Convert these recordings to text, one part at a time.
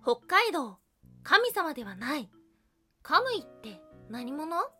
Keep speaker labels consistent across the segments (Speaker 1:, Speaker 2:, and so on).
Speaker 1: 北海道、神様ではない。カムイって何者？ワン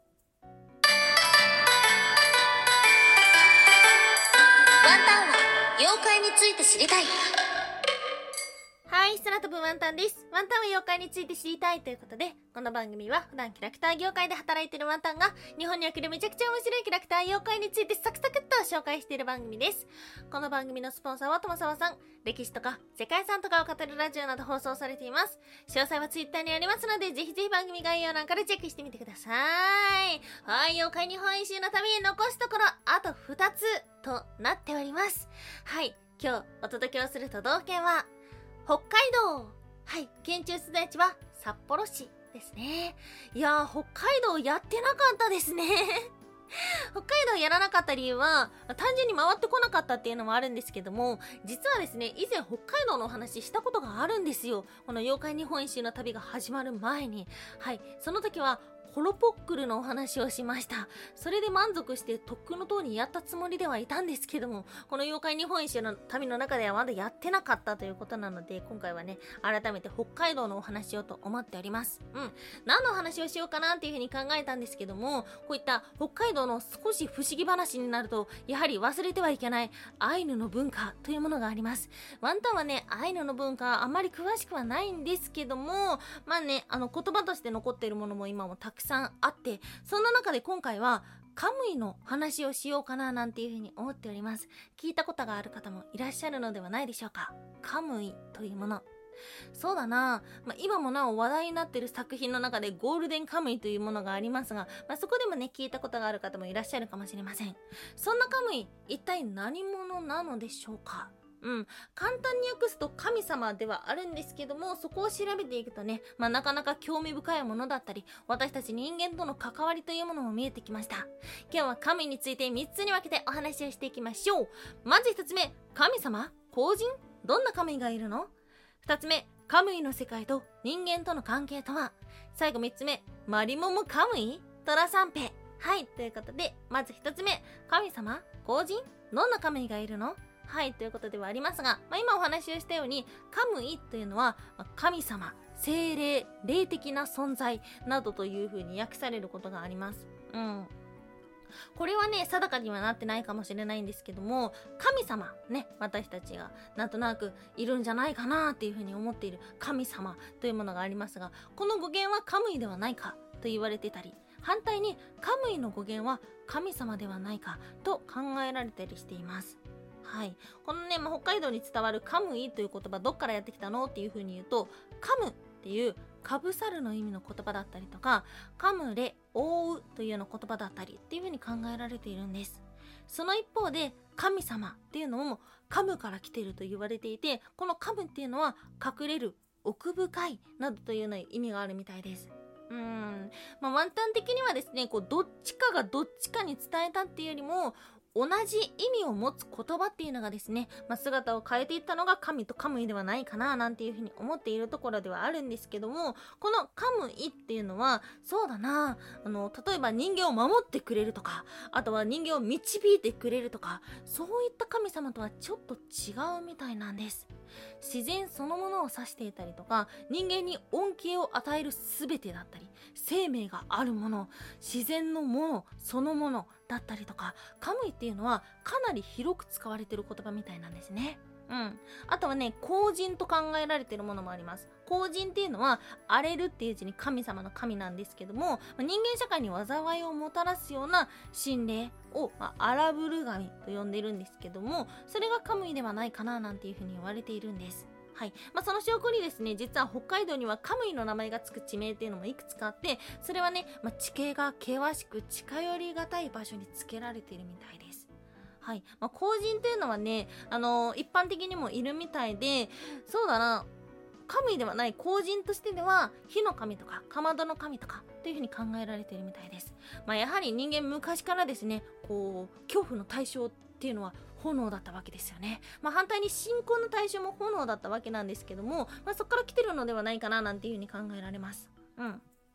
Speaker 2: タンは妖怪について知りたい。
Speaker 1: はい、空飛ぶワンタンです。ワンタンは妖怪について知りたいということで、この番組は普段キャラクター業界で働いているワンタンが日本におけるめちゃくちゃ面白いキャラクター妖怪についてサクサクっと紹介している番組です。この番組のスポンサーはともさわさん。歴史とか世界遺産とかを語るラジオなど放送されています。詳細はツイッターにありますので、ぜひぜひ番組概要欄からチェックしてみてください。はい、妖怪日本一周の旅へ残すところあと2つとなっております。はい、今日お届けをする都道府県は北海道。はい、県庁所在地は札幌市ですね。いやー、北海道やってなかったですね。北海道やらなかった理由は単純に回ってこなかったっていうのもあるんですけども、実はですね、以前北海道のお話したことがあるんですよ。この妖怪日本一周の旅が始まる前に。はい、その時はコロポックルのお話をしました。それで満足してとっくの通りやったつもりではいたんですけども、この妖怪日本一周の旅の中ではまだやってなかったということなので、今回はね、改めて北海道のお話をと思っております。何のお話をしようかなっていうふうに考えたんですけども、こういった北海道の少し不思議話になると、やはり忘れてはいけないアイヌの文化というものがあります。ワンタンはね、アイヌの文化あまり詳しくはないんですけども、まあね、言葉として残っているものも今もたくさんあって、そんな中で今回はカムイの話をしようかななんていうふうに思っております。聞いたことがある方もいらっしゃるのではないでしょうか。カムイというもの、そうだな、今もなお話題になっている作品の中でゴールデンカムイというものがありますが、そこでもね、聞いたことがある方もいらっしゃるかもしれません。そんなカムイ、一体何者なのでしょうか。簡単に訳すと神様ではあるんですけども、そこを調べていくとね、なかなか興味深いものだったり、私たち人間との関わりというものも見えてきました。今日は神について3つに分けてお話をしていきましょう。まず1つ目、神様？公人？どんな神がいるの？2つ目、カムイの世界と人間との関係とは？最後3つ目、マリモもカムイ？トラサンペ。はい、ということで、まず1つ目、神様？公人？どんなカムイがいるの？はい、ということではありますが、今お話をしたように、カムイというのは、神様、精霊、霊的な存在などという風に訳されることがあります。これはね、定かにはなってないかもしれないんですけども、神様ね、私たちがなんとなくいるんじゃないかなっていう風に思っている神様というものがありますが、この語源はカムイではないかと言われてたり、反対にカムイの語源は神様ではないかと考えられたりしています。はい、このね、北海道に伝わるカムイという言葉、どっからやってきたのっていう風に言うと、カムっていうかぶさるの意味の言葉だったりとか、カムレ、覆うというような言葉だったりっていう風に考えられているんです。その一方で神様っていうのもカムから来ていると言われていて、このカムっていうのは隠れる、奥深いなどというような意味があるみたいです。ワンタン的にはですね、どっちかがどっちかに伝えたっていうよりも、同じ意味を持つ言葉っていうのがですね、姿を変えていったのが神とカムイではないかななんていうふうに思っているところではあるんですけども、このカムイっていうのは、そうだな、例えば人間を守ってくれるとか、あとは人間を導いてくれるとか、そういった神様とはちょっと違うみたいなんです。自然そのものを指していたりとか、人間に恩恵を与える全てだったり、生命があるもの、自然のものそのものだったりとか、カムイっていうのはかなり広く使われている言葉みたいなんですね。あとはね、公人と考えられているものもあります。公人っていうのは荒れるっていう字に神様の神なんですけども、人間社会に災いをもたらすような神霊を、アラブル神と呼んでいるんですけども、それがカムイではないかななんていうふうに言われているんです。はい、その証拠にですね、実は北海道にはカムイの名前がつく地名っていうのもいくつかあって、それはね、地形が険しく近寄りがたい場所につけられているみたいです。はい、公人っていうのはね、一般的にもいるみたいで、そうだな、カムイではない公人としてでは火の神とかかまどの神とかというふうに考えられているみたいです。やはり人間昔からですね、恐怖の対象っていうのは炎だったわけですよね。反対に信仰の対象も炎だったわけなんですけども、そこから来てるのではないかななんていうふうに考えられます。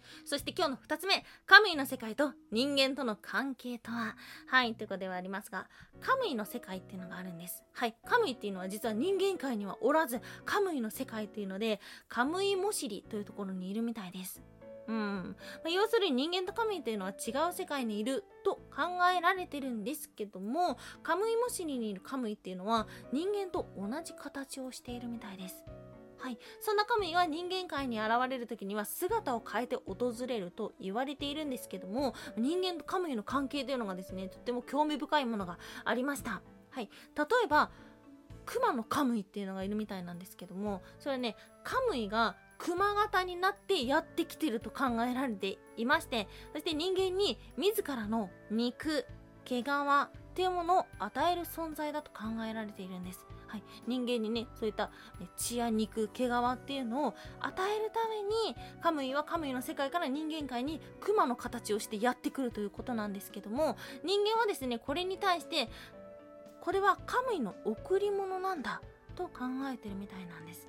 Speaker 1: そして今日の2つ目、カムイの世界と人間との関係とは。はい、ということではありますが、カムイの世界っていうのがあるんです。はい、カムイっていうのは実は人間界にはおらず、カムイの世界っていうので、カムイモシリというところにいるみたいです。要するに人間とカムイというのは違う世界にいると考えられてるんですけども、カムイモシリにいるカムイっていうのは人間と同じ形をしているみたいです。はい、そんなカムイが人間界に現れる時には姿を変えて訪れると言われているんですけども、人間とカムイの関係というのがですね、とっても興味深いものがありました。はい、例えばクマのカムイっていうのがいるみたいなんですけども、それはね、カムイがクマ型になってやってきてると考えられていまして、そして人間に自らの肉、毛皮っていうものを与える存在だと考えられているんです。はい、人間にね、そういった血や肉、毛皮っていうのを与えるために、カムイはカムイの世界から人間界にクマの形をしてやってくるということなんですけども、人間はですね、これに対してこれはカムイの贈り物なんだと考えてるみたいなんです。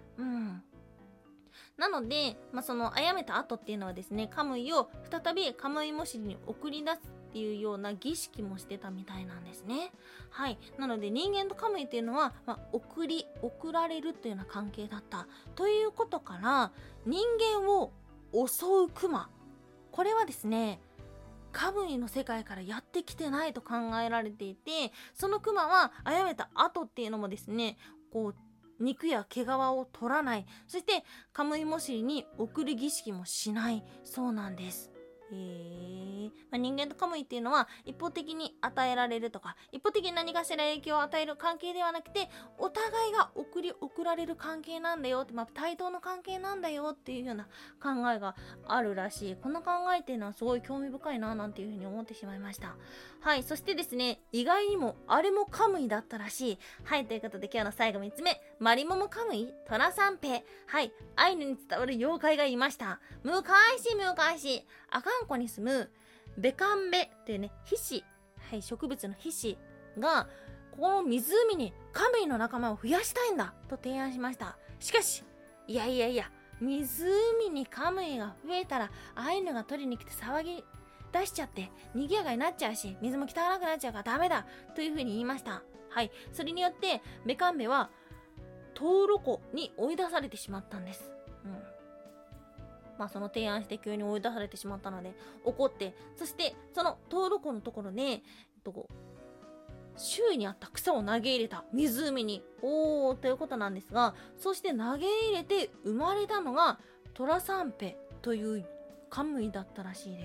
Speaker 1: なので、その殺めた後っていうのはですね、カムイを再びカムイモシリに送り出すっていうような儀式もしてたみたいなんですね。はい。なので人間とカムイっていうのは、送られるっていうような関係だったということから、人間を襲うクマ、これはですね、カムイの世界からやってきてないと考えられていて、そのクマは殺めた後っていうのもですね、肉や毛皮を取らない、そしてカムイモシリに送る儀式もしないそうなんです。人間とカムイっていうのは一方的に与えられるとか、一方的に何かしら影響を与える関係ではなくて、お互いが送られる関係なんだよって、対等の関係なんだよっていうような考えがあるらしい。この考えっていうのはすごい興味深いななんていうふうに思ってしまいました。はい、そしてですね、意外にもあれもカムイだったらしい。はい、ということで今日の最後3つ目、マリモもカムイ、トラサンペ。はい、アイヌに伝わる妖怪がいました。昔アカン湖に住むベカンベっていうね、皮脂、はい、植物の皮脂がこの湖にカムイの仲間を増やしたいんだと提案しました。しかし、いや湖にカムイが増えたらアイヌが取りに来て騒ぎ出しちゃって賑やかになっちゃうし、水も汚くなっちゃうからダメだというふうに言いました。はい、それによってベカンベはトウロコに追い出されてしまったんです。その提案して急に追い出されてしまったので怒って、そしてそのトウロコのところで、周囲にあった草を投げ入れた湖にということなんですが、そして投げ入れて生まれたのがトラサンペというカムイだったらしいです。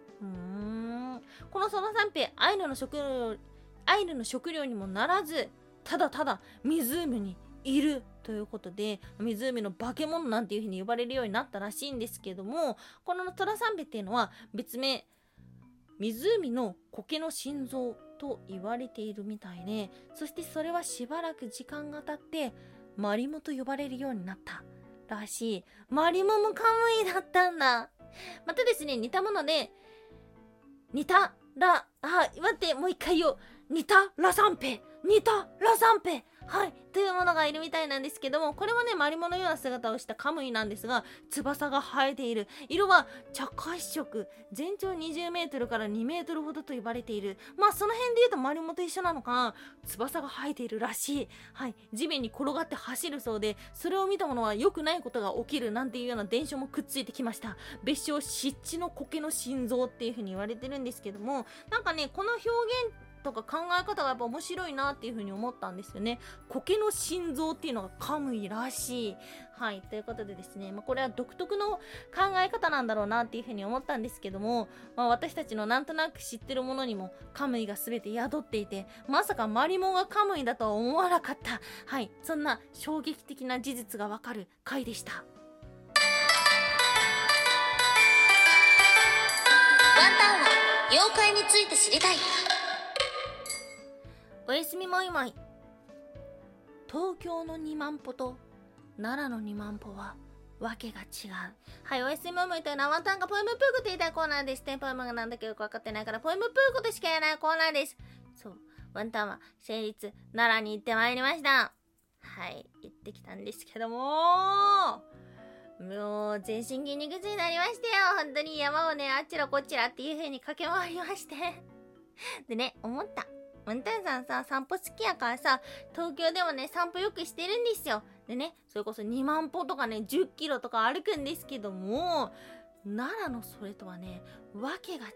Speaker 1: このトラサンペ、アイヌの食料にもならず、ただただ湖にいるということで、湖の化け物なんていう風に呼ばれるようになったらしいんですけども、このトラサンペっていうのは別名湖の苔の心臓と言われているみたいで、そしてそれはしばらく時間が経ってマリモと呼ばれるようになったらしい。マリモもカムイだったんだ。またですね、似たものでもう一回言おう。ニタラサンペはい、というものがいるみたいなんですけども、これはね、マリモのような姿をしたカムイなんですが、翼が生えている。色は茶褐色、全長20メートルから2メートルほどと言われている。その辺で言うとマリモと一緒なのかな。翼が生えているらしい。はい、地面に転がって走るそうで、それを見た者は良くないことが起きるなんていうような伝承もくっついてきました。別称湿地の苔の心臓っていう風に言われてるんですけども、なんかね、この表現とか考え方がやっぱ面白いなっていう風に思ったんですよね。苔の心臓っていうのがカムイらしい。はい、ということでですね、これは独特の考え方なんだろうなっていう風に思ったんですけども、私たちのなんとなく知ってるものにもカムイが全て宿っていて、まさかマリモがカムイだとは思わなかった。はい、そんな衝撃的な事実がわかる回でした。
Speaker 2: ワンタンは妖怪について知りたい。
Speaker 1: おやすみもいもい。東京の2万歩と奈良の2万歩はわけが違う。はい、おやすみもいもいというのはワンタンがポエムプークって言いたいコーナーです。ポエムがなんだかよくわかってないからポエムプークでしかやらないコーナーです。そう、ワンタンは先日奈良に行ってまいりました。はい、行ってきたんですけども、 もう全身筋肉痛になりましたよ。本当に山をね、あちらこちらっていう風に駆け回りましてでね、思った。ワンタンさんさ、散歩好きやからさ、東京でもね、散歩よくしてるんですよ。でね、それこそ2万歩とかね、10キロとか歩くんですけども、奈良のそれとはね、わけが違う。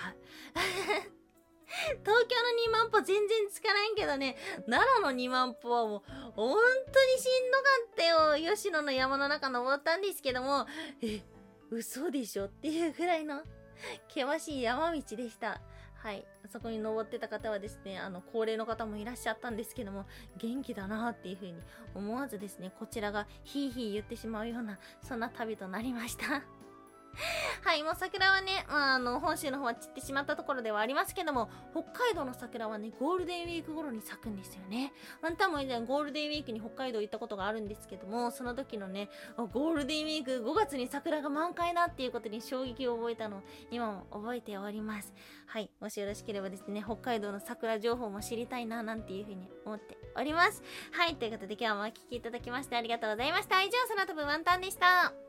Speaker 1: 東京の2万歩全然つかないけどね、奈良の2万歩はもう、本当にしんどかったよ。吉野の山の中登ったんですけども、嘘でしょっていうぐらいの険しい山道でした。はい。そこに登ってた方はですね、高齢の方もいらっしゃったんですけども、元気だなっていう風に思わずですね、こちらがヒーヒー言ってしまうような、そんな旅となりました。はい、もう桜はね、本州の方は散ってしまったところではありますけども、北海道の桜はね、ゴールデンウィーク頃に咲くんですよね。ワンタンも以前ゴールデンウィークに北海道行ったことがあるんですけども、その時のね、ゴールデンウィーク5月に桜が満開だっていうことに衝撃を覚えたのを今も覚えております。はい、もしよろしければですね、北海道の桜情報も知りたいななんていうふうに思っております。はい、ということで今日もお聞きいただきましてありがとうございました。以上、空飛ぶワンタンでした。